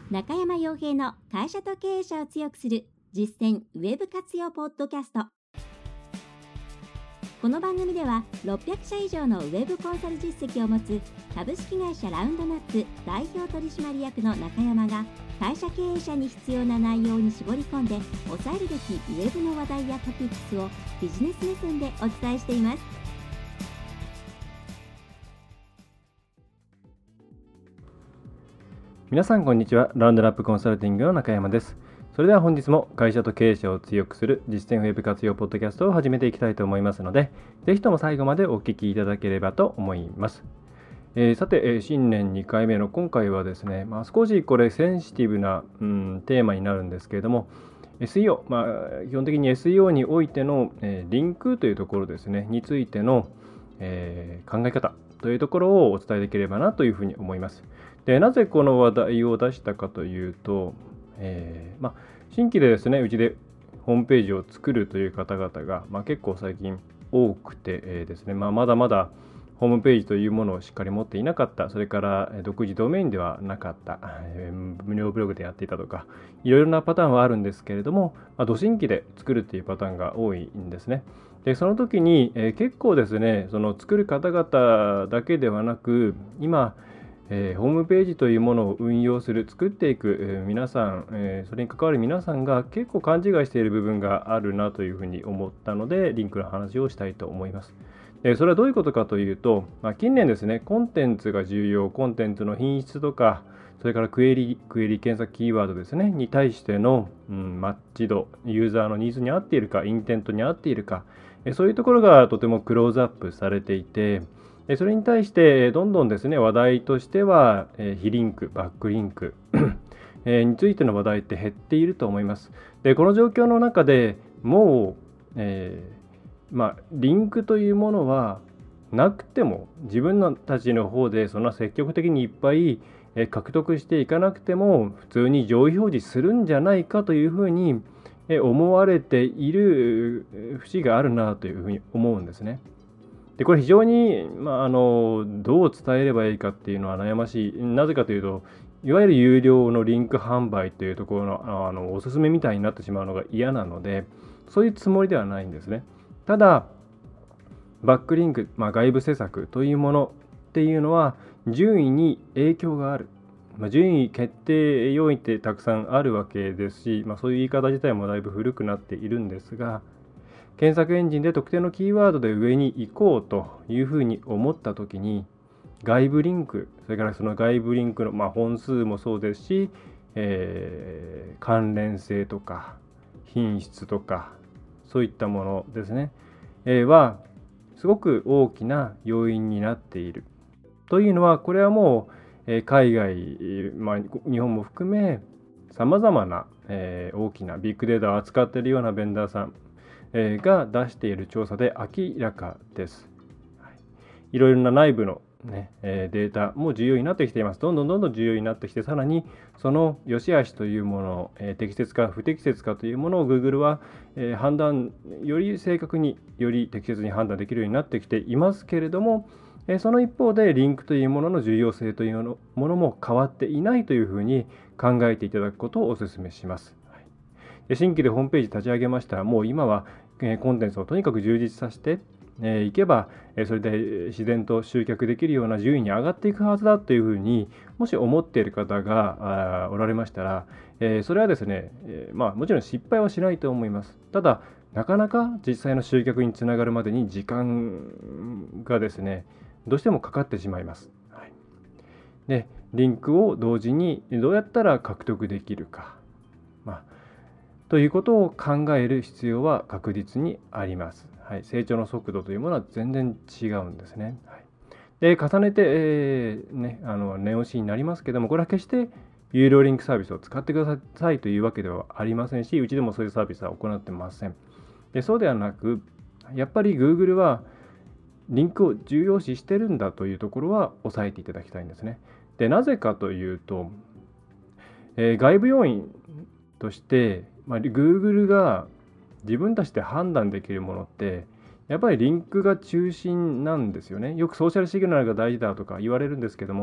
中山洋平の会社と経営者を強くする実践ウェブ活用ポッドキャスト。この番組では600社以上のウェブコンサル実績を持つ株式会社ラウンドナッツ代表取締役の中山が会社経営者に必要な内容に絞り込んで抑えるべきウェブの話題やトピックスをビジネス目線でお伝えしています。 皆さんこんにちは。ラウンドナップコンサルティングの中山です。それでは本日も会社と経営者を強くする実践ウェブ活用ポッドキャストを始めていきたいと思いますので、ぜひとも最後までお聞きいただければと思います。さて、新年2回目の今回はですね、少しこれセンシティブな、テーマになるんですけれども、SEO、基本的に SEO においての、リンクというところですね、についての、考え方というところをお伝えできればなというふうに思います。で、なぜこの話題を出したかというと、新規でですね、うちでホームページを作るという方々が、結構最近多くて、ですね、まだまだホームページというものをしっかり持っていなかった、それから独自ドメインではなかった、無料ブログでやっていたとか、いろいろなパターンはあるんですけれども、ド新規で作るっていうパターンが多いんですね。で、その時に、結構ですね、その作る方々だけではなく、今、ホームページというものを運用する、作っていく、皆さん、それに関わる皆さんが結構勘違いしている部分があるなというふうに思ったので、リンクの話をしたいと思います。それはどういうことかというと、近年ですね、コンテンツが重要、コンテンツの品質とか、それからクエリ検索キーワードですね、に対しての、マッチ度、ユーザーのニーズに合っているか、インテントに合っているか、そういうところがとてもクローズアップされていて、それに対してどんどんですね、話題としては非リンク、バックリンクについての話題って減っていると思います。で、この状況の中でもう、リンクというものはなくても、自分たちの方でそんな積極的にいっぱい獲得していかなくても普通に上位表示するんじゃないかというふうに思われている節があるなというふうに思うんですね。で、これ非常に、どう伝えればいいかっていうのは悩ましい。なぜかというと、いわゆる有料のリンク販売というところの、おすすめみたいになってしまうのが嫌なので、そういうつもりではないんですね。ただ、バックリンク、外部施策というものっていうのは、順位に影響がある。順位決定要因ってたくさんあるわけですし、そういう言い方自体もだいぶ古くなっているんですが、検索エンジンで特定のキーワードで上に行こうというふうに思ったときに、外部リンク、それからその外部リンクの、本数もそうですし、関連性とか品質とかそういったものですね、はすごく大きな要因になっている。というのは、これはもう海外、日本も含めさまざまな大きなビッグデータを扱っているようなベンダーさんが出している調査で明らかです。いろいろな内部の、データも重要になってきています。どんどん重要になってきて、さらにその良し悪しというもの、適切か不適切かというものを Google は、判断より正確により適切に判断できるようになってきていますけれども、その一方でリンクというものの重要性というものも変わっていないというふうに考えていただくことをお勧めします。新規でホームページ立ち上げましたら、もう今はコンテンツをとにかく充実させていけば、それで自然と集客できるような順位に上がっていくはずだというふうにもし思っている方がおられましたら、それはですね、もちろん失敗はしないと思います。ただ、なかなか実際の集客につながるまでに時間がですね、どうしてもかかってしまいます。で、リンクを同時にどうやったら獲得できるか、ということを考える必要は確実にあります。成長の速度というものは全然違うんですね。で、重ねて、念押しになりますけども、これは決して有料リンクサービスを使ってくださいというわけではありませんし、うちでもそういうサービスは行ってません。で、そうではなく、やっぱり Google はリンクを重要視してるんだというところは押さえていただきたいんですね。で、なぜかというと、外部要因として、Google が自分たちで判断できるものってやっぱりリンクが中心なんですよね。よくソーシャルシグナルが大事だとか言われるんですけども、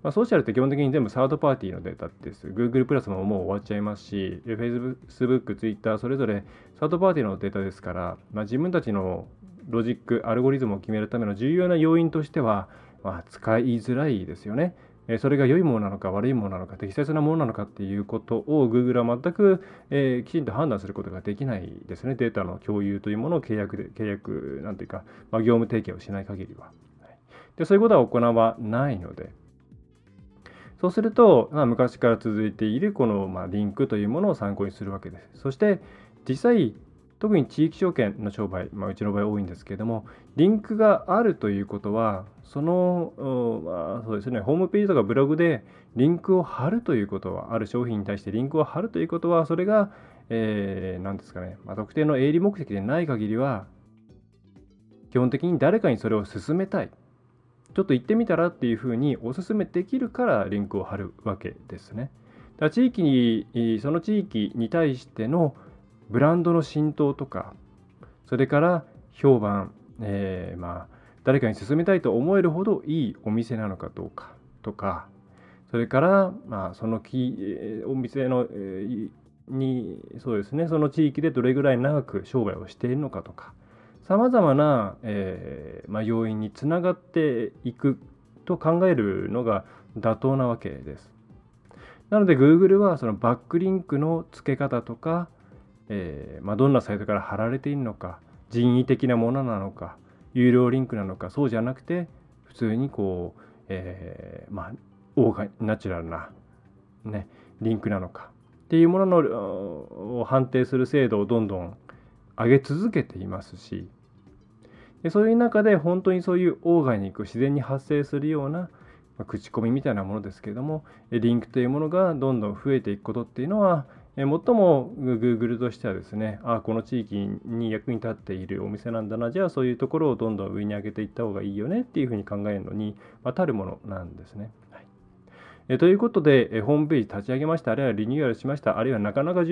ソーシャルって基本的に全部サードパーティーのデータです。Google プラスももう終わっちゃいますし、Facebook、Twitter それぞれサードパーティーのデータですから、自分たちのロジック、アルゴリズムを決めるための重要な要因としては、使いづらいですよね。それが良いものなのか悪いものなのか適切なものなのかっていうことを Google は全く、きちんと判断することができないですね。データの共有というものを契約なんていうか、業務提携をしない限りは。で、そういうことは行わないので、そうすると、昔から続いているこの、リンクというものを参考にするわけです。そして実際特に地域証券の商売、うちの場合多いんですけれども、リンクがあるということは、そうですね、ホームページとかブログでリンクを貼るということは、ある商品に対してリンクを貼るということは、それが、何ですかね、特定の営利目的でない限りは、基本的に誰かにそれを勧めたい。ちょっと行ってみたらっていうふうにお勧めできるからリンクを貼るわけですね。だからその地域に対してのブランドの浸透とか、それから評判、誰かに勧めたいと思えるほどいいお店なのかどうかとか、それからそのお店の、そうですね、その地域でどれぐらい長く商売をしているのかとか、さまざまな、要因につながっていくと考えるのが妥当なわけです。なので Google はそのバックリンクの付け方とか、どんなサイトから貼られているのか、人為的なものなのか、有料リンクなのか、そうじゃなくて普通にナチュラルな、リンクなのかっていうものを判定する精度をどんどん上げ続けていますし、でそういう中で本当にそういうオーガニック、自然に発生するような、口コミみたいなものですけれども、リンクというものがどんどん増えていくことっていうのは、最も Google としてはですね、この地域に役に立っているお店なんだな、じゃあそういうところをどんどん上に上げていった方がいいよねっていうふうに考えるのに当たるものなんですね。ということで、ホームページ立ち上げました、あるいはリニューアルしました、あるいはなかなか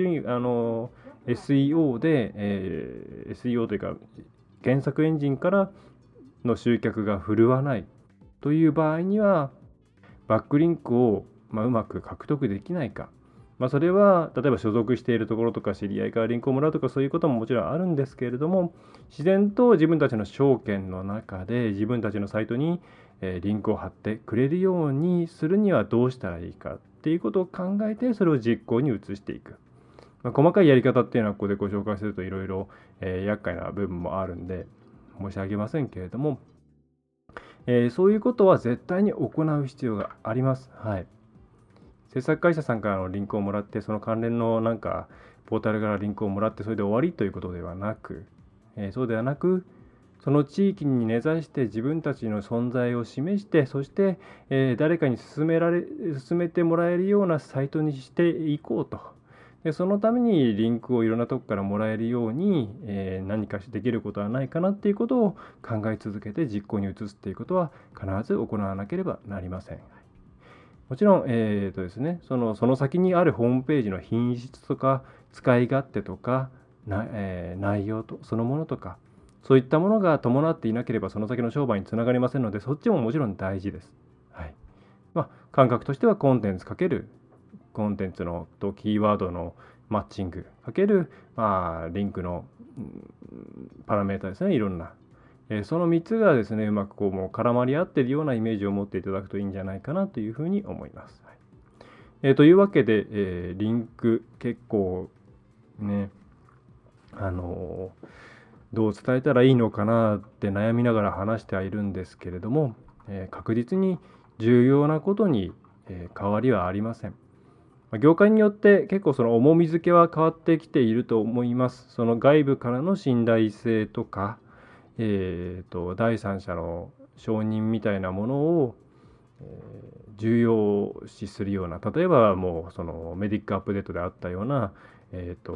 SEO で、SEO というか検索エンジンからの集客が振るわないという場合には、バックリンクをうまく獲得できないか、それは例えば所属しているところとか知り合いからリンクをもらうとかそういうことももちろんあるんですけれども、自然と自分たちの証券の中で自分たちのサイトにリンクを貼ってくれるようにするにはどうしたらいいかっていうことを考えて、それを実行に移していく。細かいやり方っていうのはここでご紹介するといろいろ厄介な部分もあるんで申し上げませんけれども、そういうことは絶対に行う必要があります。制作会社さんからのリンクをもらって、その関連のポータルからリンクをもらってそれで終わりということではなく、そうではなく、その地域に根ざして自分たちの存在を示して、そして、誰かに勧めてもらえるようなサイトにしていこうと。でそのためにリンクをいろんなとこからもらえるように、何かできることはないかなっていうことを考え続けて実行に移すっていうことは必ず行わなければなりません。もちろん、ですね、その先にあるホームページの品質とか使い勝手とか内容そのものとか、そういったものが伴っていなければその先の商売につながりませんので、そっちももちろん大事です。感覚としてはコンテンツ×コンテンツのとキーワードのマッチング×リンクのパラメータですね、いろんな。その3つがですね、うまくもう絡まり合っているようなイメージを持っていただくといいんじゃないかなというふうに思います。というわけで、リンク結構ね、どう伝えたらいいのかなって悩みながら話してはいるんですけれども、確実に重要なことに、変わりはありません。業界によって結構その重み付けは変わってきていると思います。その外部からの信頼性とか、第三者の承認みたいなものを、重要視するような、例えばもうそのメディックアップデートであったような、医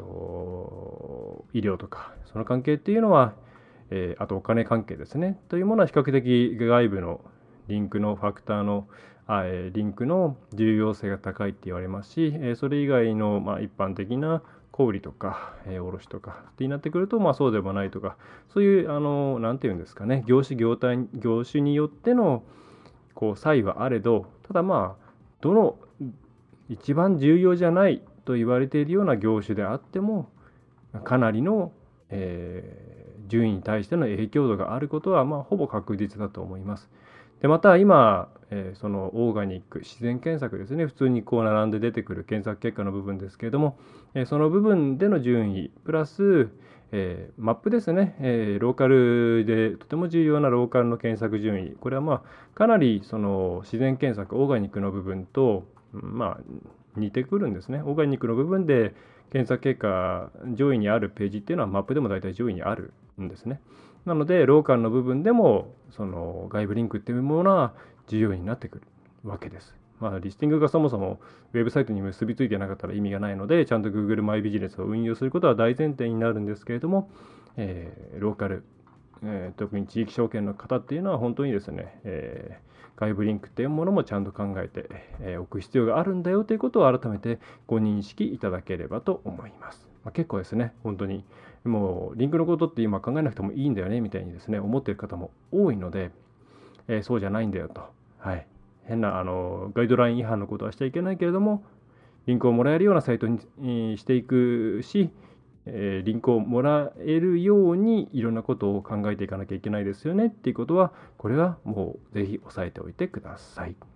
療とかその関係っていうのは、あとお金関係ですねというものは比較的外部のリンクのファクターのリンクの重要性が高いって言われますし、それ以外の一般的な小売とか卸とかってなってくるとそうでもないとか、そういうなんていうんですかね、業種によっての差異はあれど、ただどの一番重要じゃないと言われているような業種であってもかなりの、順位に対しての影響度があることはほぼ確実だと思います。でまた今、そのオーガニック自然検索ですね、普通に並んで出てくる検索結果の部分ですけれども、その部分での順位プラス、マップですね、ローカルでとても重要なローカルの検索順位、これはかなりその自然検索オーガニックの部分と似てくるんですね。オーガニックの部分で検索結果上位にあるページっていうのはマップでも大体上位にあるんですね。なのでローカルの部分でもその外部リンクっていうものは重要になってくるわけです。リスティングがそもそもウェブサイトに結びついてなかったら意味がないので、ちゃんと Google マイビジネスを運用することは大前提になるんですけれども、ローカル、特に地域証券の方っていうのは本当にですね、外部リンクっていうものもちゃんと考えて、おく必要があるんだよということを改めてご認識いただければと思います。結構ですね、本当にもうリンクのことって今考えなくてもいいんだよねみたいにですね思っている方も多いので、そうじゃないんだよと、変なガイドライン違反のことはしちゃいけないけれども、リンクをもらえるようなサイトにしていくし、リンクをもらえるようにいろんなことを考えていかなきゃいけないですよねっていうことは、これはもうぜひ押さえておいてください。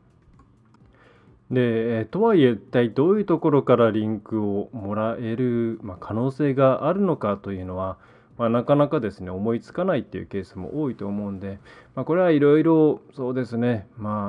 で、とはいえ一体どういうところからリンクをもらえる、可能性があるのかというのは、なかなかですね思いつかないっていうケースも多いと思うんで、これはいろいろそうですね、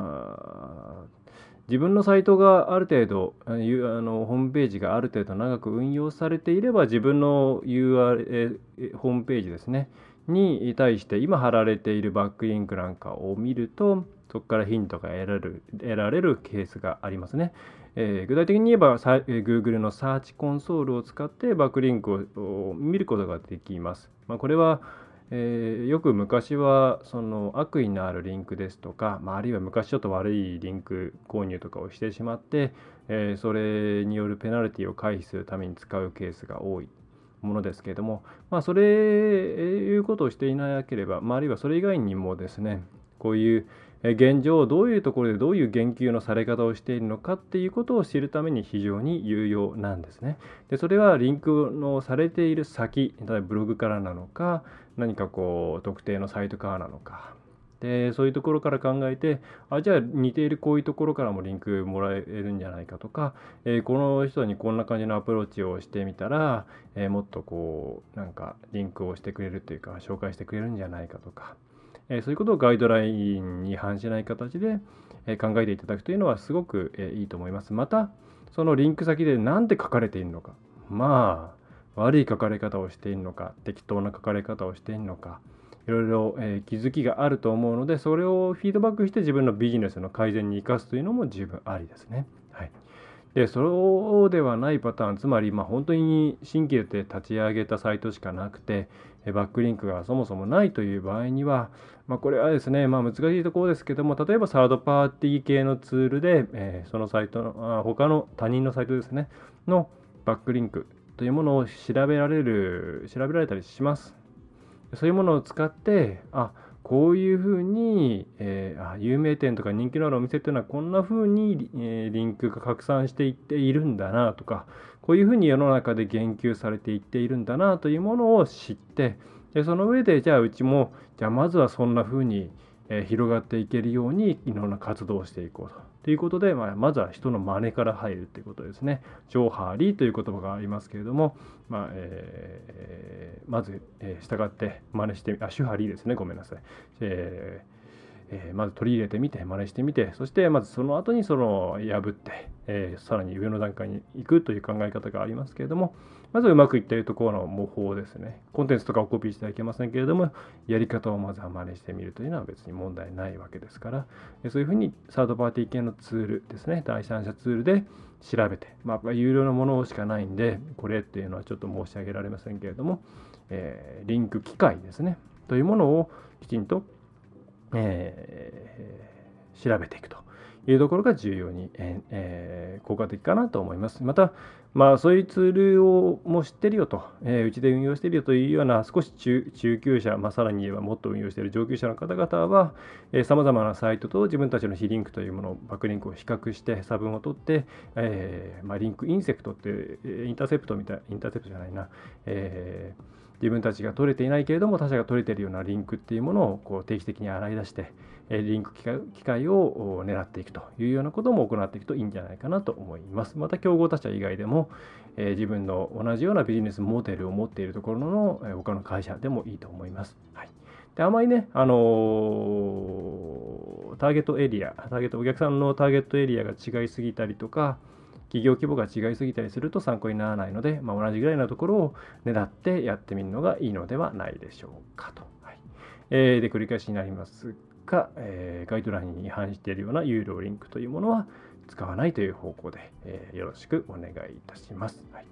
自分のサイトがある程度ホームページがある程度長く運用されていれば、自分の URL ホームページですねに対して今貼られているバックリンクなんかを見ると、そこからヒントが得られるケースがありますね。具体的に言えばGoogle のサーチコンソールを使ってバックリンクを見ることができます。これは、よく昔はその悪意のあるリンクですとか、あるいは昔ちょっと悪いリンク購入とかをしてしまって、それによるペナルティを回避するために使うケースが多いものですけれども、それいうことをしていなければ、あるいはそれ以外にもですね、こういう現状どういうところでどういう言及のされ方をしているのかっていうことを知るために非常に有用なんですね。でそれはリンクのされている先、例えばブログからなのか、何か特定のサイトからなのか、でそういうところから考えて、じゃあ似ているこういうところからもリンクもらえるんじゃないかとか、この人にこんな感じのアプローチをしてみたら、もっとなんかリンクをしてくれるというか紹介してくれるんじゃないかとか、そういうことをガイドラインに反しない形で考えていただくというのはすごくいいと思います。またそのリンク先で何て書かれているのか、悪い書かれ方をしているのか、適当な書かれ方をしているのか、いろいろ気づきがあると思うので、それをフィードバックして自分のビジネスの改善に生かすというのも十分ありですね。でそうではないパターン、つまり本当に新規で立ち上げたサイトしかなくてバックリンクがそもそもないという場合には、これはですね、難しいところですけども、例えばサードパーティー系のツールで、そのサイトの他の他人のサイトですねのバックリンクというものを調べられたりします。そういうものを使ってこういうふうに、有名店とか人気のあるお店っていうのはこんなふうに、リンクが拡散していっているんだなとか、こういうふうに世の中で言及されていっているんだなというものを知って、でその上でじゃあうちもまずはそんなふうに、広がっていけるようにいろんな活動をしていこうということで、まずは人の真似から入るということですね。ジョーハーリーという言葉がありますけれども、まず、従って真似してシュハリーですね、ごめんなさい。まず取り入れてみて真似してみて、そしてまずその後に破って、さらに上の段階に行くという考え方がありますけれども、まずうまくいっているところの模倣ですね。コンテンツとかをコピーしてはいけませんけれども、やり方をまずは真似してみるというのは別に問題ないわけですから、そういうふうにサードパーティー系のツールですね、第三者ツールで調べて、有料のものしかないんでこれっていうのはちょっと申し上げられませんけれども、リンク機械ですねというものをきちんと調べていくというところが重要に、効果的かなと思います。また、そういうツールをもう知ってるよと、うちで運用してるよというような少し中級者、さらに言えばもっと運用している上級者の方々は、さまざまなサイトと自分たちの非リンクというものを、バックリンクを比較して差分を取って、リンクインセプトってインターセプトじゃないな、自分たちが取れていないけれども他者が取れているようなリンクっていうものをこう定期的に洗い出してリンク機会を狙っていくというようなことも行っていくといいんじゃないかなと思います。また競合他社以外でも自分の同じようなビジネスモデルを持っているところの他の会社でもいいと思います。はい、であまりね、ターゲットお客さんのターゲットエリアが違いすぎたりとか企業規模が違いすぎたりすると参考にならないので、同じぐらいのところを狙ってやってみるのがいいのではないでしょうかと。はい、で繰り返しになりますが、ガイドラインに違反しているような有料リンクというものは使わないという方向で、よろしくお願いいたします。はい、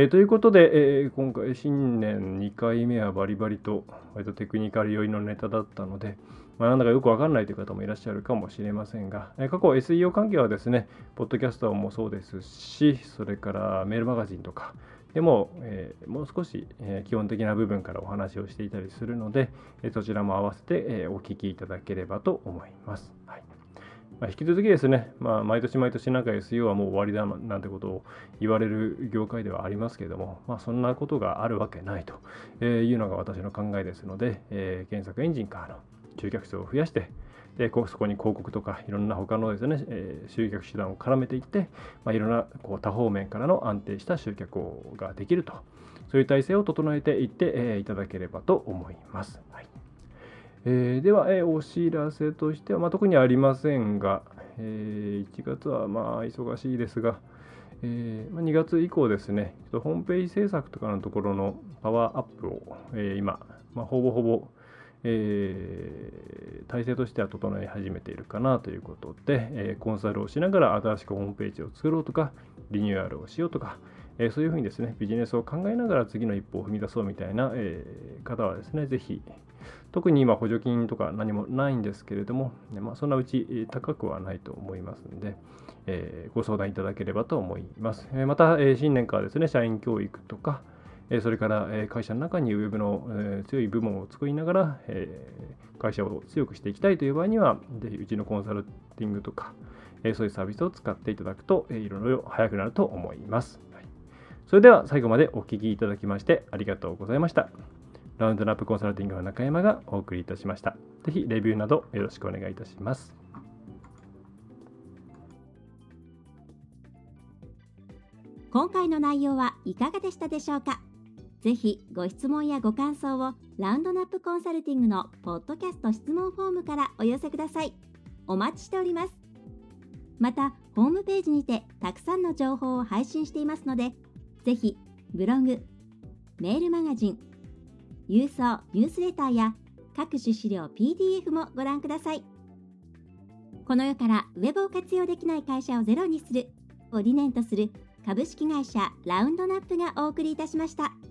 ということで、今回新年2回目はバリバリと割とテクニカル寄りのネタだったので、なんだかよくわかんないという方もいらっしゃるかもしれませんが、過去 SEO 関係はですね、ポッドキャストもそうですし、それからメールマガジンとかでも、もう少し、基本的な部分からお話をしていたりするので、そちらも合わせて、お聞きいただければと思います。はい、引き続きですね、毎年なんか SEO はもう終わりだなんてことを言われる業界ではありますけれども、そんなことがあるわけないというのが私の考えですので、検索エンジンからの集客数を増やして、そこに広告とかいろんな他のですね、集客手段を絡めていって、いろんな多方面からの安定した集客ができると、そういう体制を整えていって、いただければと思います。はい、では、お知らせとしては、特にありませんが、1月は忙しいですが、2月以降ですね、ホームページ制作とかのところのパワーアップを、今、ほぼ体制としては整え始めているかなということで、コンサルをしながら新しくホームページを作ろうとかリニューアルをしようとか、そういうふうにですねビジネスを考えながら次の一歩を踏み出そうみたいな、方はですねぜひ、特に今補助金とか何もないんですけれども、そんなうち高くはないと思いますので、ご相談いただければと思います。また、新年からですね社員教育とかそれから会社の中にウェブの強い部門を作りながら会社を強くしていきたいという場合には、ぜひうちのコンサルティングとかそういうサービスを使っていただくといろいろ早くなると思います。はい、それでは最後までお聞きいただきましてありがとうございました。ラウンドナップコンサルティングの中山がお送りいたしました。ぜひレビューなどよろしくお願いいたします。 今回の内容はいかがでしたでしょうか。ぜひご質問やご感想をラウンドナップコンサルティングのポッドキャスト質問フォームからお寄せください。お待ちしております。またホームページにてたくさんの情報を配信していますので、ぜひブログ、メールマガジン、郵送ニュースレターや各種資料 PDF もご覧ください。この世からウェブを活用できない会社をゼロにするを理念とする株式会社ラウンドナップがお送りいたしました。